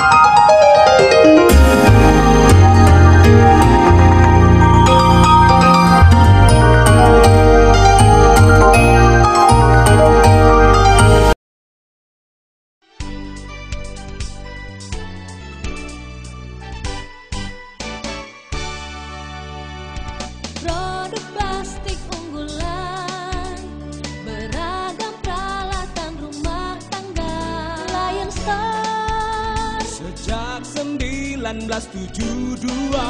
Produk plastik unggulan, beragam peralatan rumah tangga, Lion Star. Sejak 1972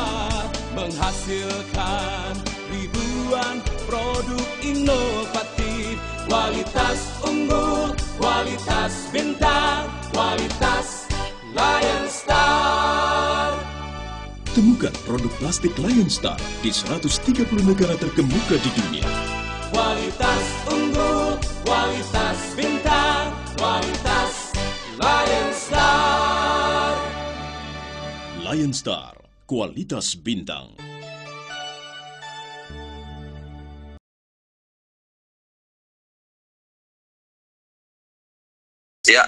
menghasilkan ribuan produk inovatif, kualitas unggul, kualitas bintang, kualitas Lion Star. Temukan produk plastik Lion Star di 130 negara terkemuka di dunia. Kualitas unggul, kualitas bintang, kualitas Lion Star. Lion Star, kualitas bintang. Ya,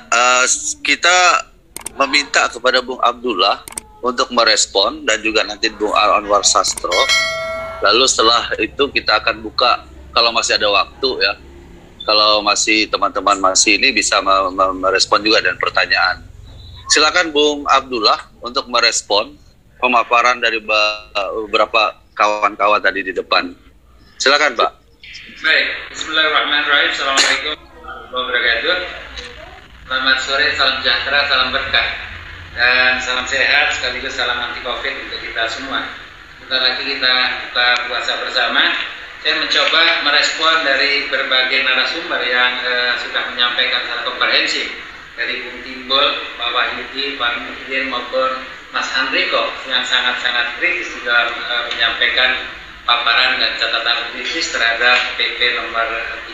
kita meminta kepada Bung Abdullah untuk merespon dan juga nanti Bung Anwar Sastro. Lalu setelah itu kita akan buka kalau masih ada waktu ya. Kalau masih teman-teman masih ini bisa merespon juga dan pertanyaan. Silakan Bung Abdullah untuk merespon pemaparan dari beberapa kawan-kawan tadi di depan. Silakan Pak. Baik, Bismillahirrahmanirrahim. Assalamualaikum warahmatullahi wabarakatuh. Selamat sore, salam sejahtera, salam berkah, dan salam sehat sekaligus salam anti covid untuk kita semua. Sebentar lagi kita buka puasa bersama. Saya mencoba merespon dari berbagai narasumber yang sudah menyampaikan secara komprehensif, dari Bung Timbul, Pak Wahyudi, Pak Muhyiddin maupun Mas Andriko yang sangat-sangat kritis di dalam menyampaikan paparan dan catatan kritis terhadap PP nomor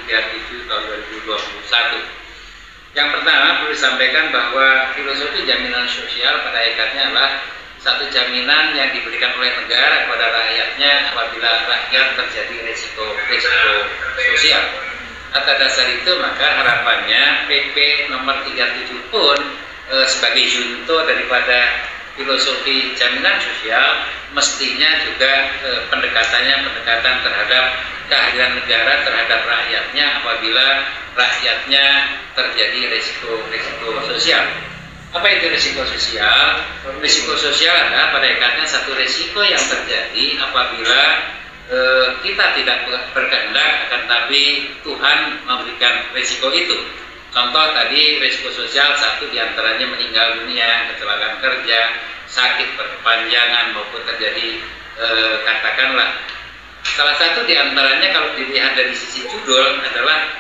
37 tahun 2021. Yang pertama perlu disampaikan bahwa filosofi jaminan sosial pada hakikatnya adalah satu jaminan yang diberikan oleh negara kepada rakyatnya apabila rakyat terjadi risiko sosial. Atas dasar itu maka harapannya PP nomor 37 pun sebagai junto daripada filosofi jaminan sosial mestinya juga pendekatan terhadap kehadiran negara terhadap rakyatnya apabila rakyatnya terjadi risiko sosial. Apa itu risiko sosial? Risiko sosial adalah pada hakikatnya satu risiko yang terjadi apabila kita tidak berkehendak, akan tapi Tuhan memberikan risiko itu. Contoh tadi risiko sosial satu diantaranya meninggal dunia, kecelakaan kerja, sakit berkepanjangan maupun terjadi katakanlah salah satu diantaranya kalau dilihat dari sisi judul adalah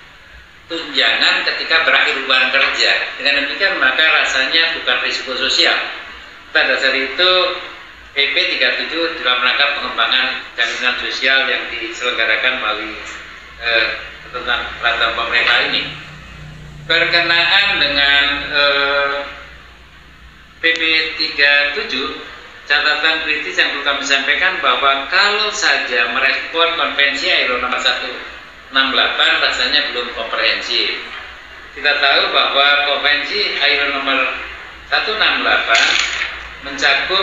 tunjangan ketika berakhir hubungan kerja. Dengan demikian maka rasanya bukan risiko sosial. Pada dasar itu PP 37 dalam rangka pengembangan jaminan sosial yang diselenggarakan melalui tentang peraturan pemerintah ini berkenaan dengan PP 37 catatan kritis yang perlu kami sampaikan bahwa kalau saja merespon konvensi ILO nomor 168 rasanya belum komprehensif. Kita tahu bahwa konvensi ILO nomor 168 mencakup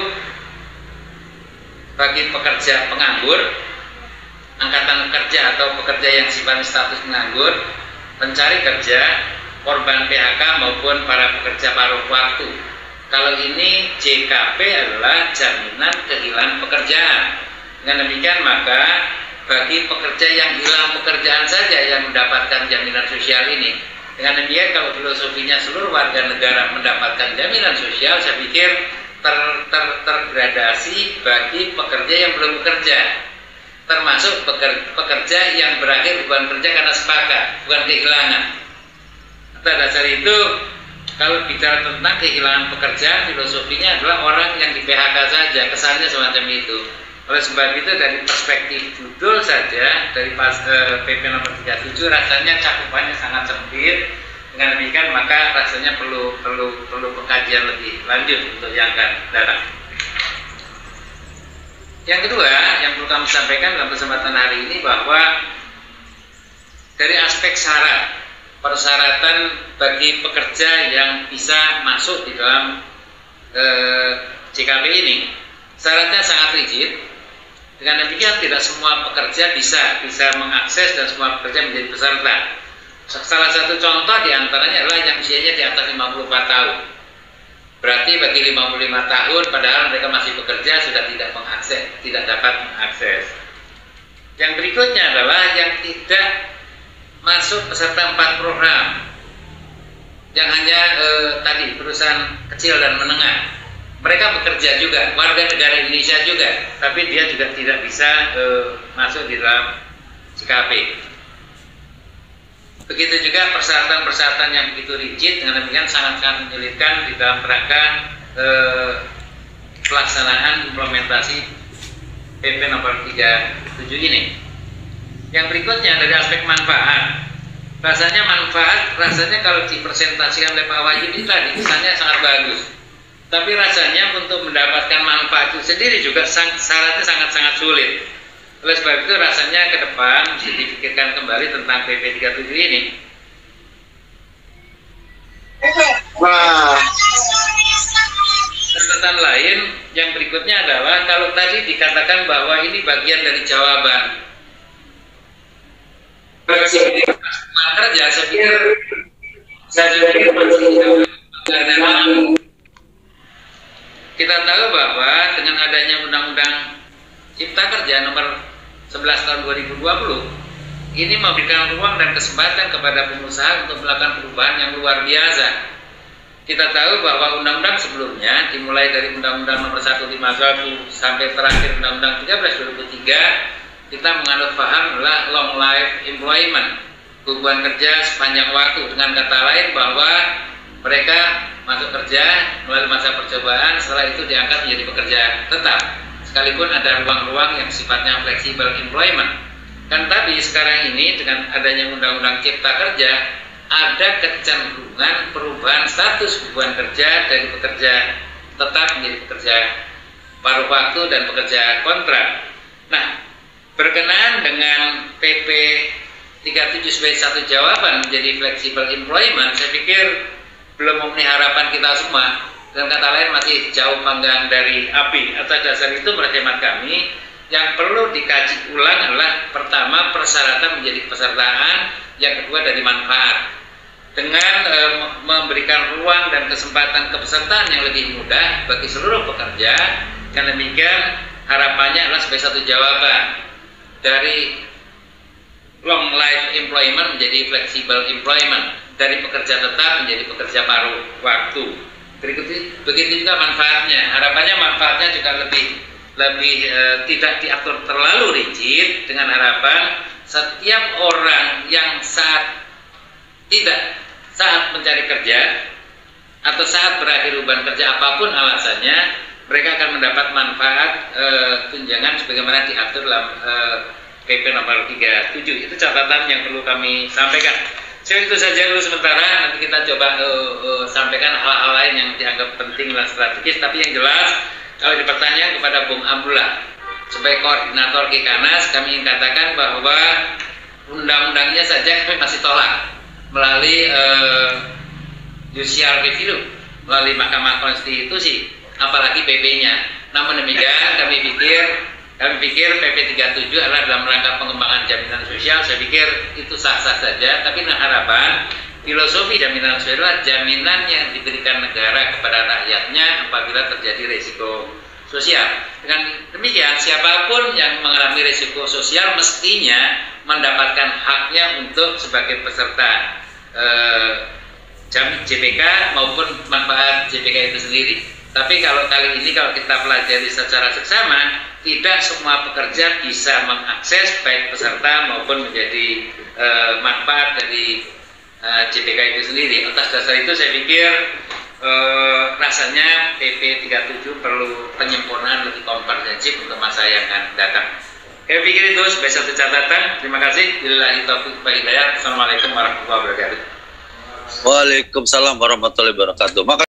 bagi pekerja penganggur, angkatan kerja atau pekerja yang sifatnya status penganggur, pencari kerja, korban PHK maupun para pekerja paruh waktu. Kalau ini JKP adalah jaminan kehilangan pekerjaan. Dengan demikian maka bagi pekerja yang hilang pekerjaan saja yang mendapatkan jaminan sosial ini. Dengan demikian kalau filosofinya seluruh warga negara mendapatkan jaminan sosial, saya pikir tergradasi bagi pekerja yang belum bekerja, termasuk pekerja yang berakhir hubungan kerja karena sepakat, bukan kehilangan. Atas dasar itu kalau bicara tentang kehilangan pekerjaan, filosofinya adalah orang yang di PHK saja, kesannya semacam itu. Oleh sebab itu dari perspektif judul saja dari PP nomor 37 rasanya cakupannya sangat sempit. Dengan demikian maka rasanya perlu pengkajian lebih lanjut untuk yang akan datang. Yang kedua yang perlu kami sampaikan dalam kesempatan hari ini bahwa dari aspek syarat persyaratan bagi pekerja yang bisa masuk di dalam JKP ini syaratnya sangat rigid. Dengan demikian tidak semua pekerja bisa mengakses dan semua pekerja menjadi peserta. Salah satu contoh diantaranya adalah yang usianya di atas 54 tahun. Berarti bagi 55 tahun padahal mereka masih bekerja sudah tidak dapat mengakses. Yang berikutnya adalah yang tidak masuk peserta 4 program. Yang hanya tadi perusahaan kecil dan menengah. Mereka bekerja juga, warga negara Indonesia juga, tapi dia juga tidak bisa masuk di dalam JKP. Begitu juga persyaratan-persyaratan yang begitu rigid, dengan demikian sangat-sangat menyulitkan di dalam kerangka pelaksanaan implementasi PP nomor 37 ini. Yang berikutnya dari aspek manfaat. Rasanya kalau dipresentasikan oleh Pak Wahyu ini tadi, kesannya sangat bagus. Tapi rasanya untuk mendapatkan manfaat itu sendiri juga syaratnya sangat-sangat sulit. Oleh sebab itu rasanya ke depan mesti dipikirkan kembali tentang PP 37 ini. Catatan lain yang berikutnya adalah kalau tadi dikatakan bahwa ini bagian dari jawaban. Kerja saya pikir masih jauh. Kita tahu bahwa dengan adanya Undang-Undang Cipta Kerja nomor 11 tahun 2020 ini memberikan ruang dan kesempatan kepada pengusaha untuk melakukan perubahan yang luar biasa. Kita tahu bahwa undang-undang sebelumnya dimulai dari Undang-Undang nomor 151 sampai terakhir Undang-Undang 13 2003 kita menganut paham adalah long life employment, hubungan kerja sepanjang waktu. Dengan kata lain bahwa mereka masuk kerja melalui masa percobaan, setelah itu diangkat menjadi pekerja tetap, sekalipun ada ruang-ruang yang sifatnya fleksibel employment. Kan tapi sekarang ini dengan adanya Undang-Undang Cipta Kerja ada kecenderungan perubahan status hubungan kerja dari pekerja tetap menjadi pekerja paruh waktu dan pekerja kontrak. Nah, berkenaan dengan PP 37 sebagai satu jawaban menjadi fleksibel employment, saya pikir belum memenuhi harapan kita semua. Dan kata lain masih jauh panggang dari api. Atas dasar itu menurut hemat kami yang perlu dikaji ulang adalah pertama persyaratan menjadi pesertaan, yang kedua dari manfaat. Dengan memberikan ruang dan kesempatan kepesertaan yang lebih mudah bagi seluruh pekerja, dan demikian harapannya adalah sebagai satu jawaban dari long life employment menjadi flexible employment, dari pekerja tetap menjadi pekerja paruh waktu. Begitu juga manfaatnya. Harapannya manfaatnya juga lebih tidak diatur terlalu rigid, dengan harapan setiap orang yang saat mencari kerja atau saat berakhir hubungan kerja apapun alasannya, mereka akan mendapat manfaat tunjangan sebagaimana diatur dalam PP nomor 37. Itu catatan yang perlu kami sampaikan. Itu saja dulu sementara, nanti kita coba sampaikan hal-hal lain yang dianggap penting dan strategis. Tapi yang jelas, kalau dipertanyaan kepada Bung Abdullah sebagai koordinator Kikanas, kami ingin katakan bahwa undang-undangnya saja kami masih tolak melalui judicial review, melalui Mahkamah Konstitusi, apalagi PP-nya. Namun demikian, kami pikir PP 37 adalah dalam rangka pengembangan jaminan sosial. Saya pikir itu sah-sah saja, tapi dengan harapan filosofi jaminan sosial adalah jaminan yang diberikan negara kepada rakyatnya apabila terjadi risiko sosial. Dengan demikian, siapapun yang mengalami risiko sosial mestinya mendapatkan haknya untuk sebagai peserta JPK maupun manfaat JPK itu sendiri. Tapi kalau kali ini kalau kita pelajari secara seksama, tidak semua pekerja bisa mengakses baik peserta maupun menjadi manfaat dari JPK itu sendiri. Atas dasar itu saya pikir rasanya PP 37 perlu penyempurnaan lebih komprehensif untuk masa yang akan datang. Saya pikir itu sebagai satu catatan. Terima kasih. Billahi taufiq wal hidayah. Assalamualaikum warahmatullahi wabarakatuh. Waalaikumsalam warahmatullahi wabarakatuh.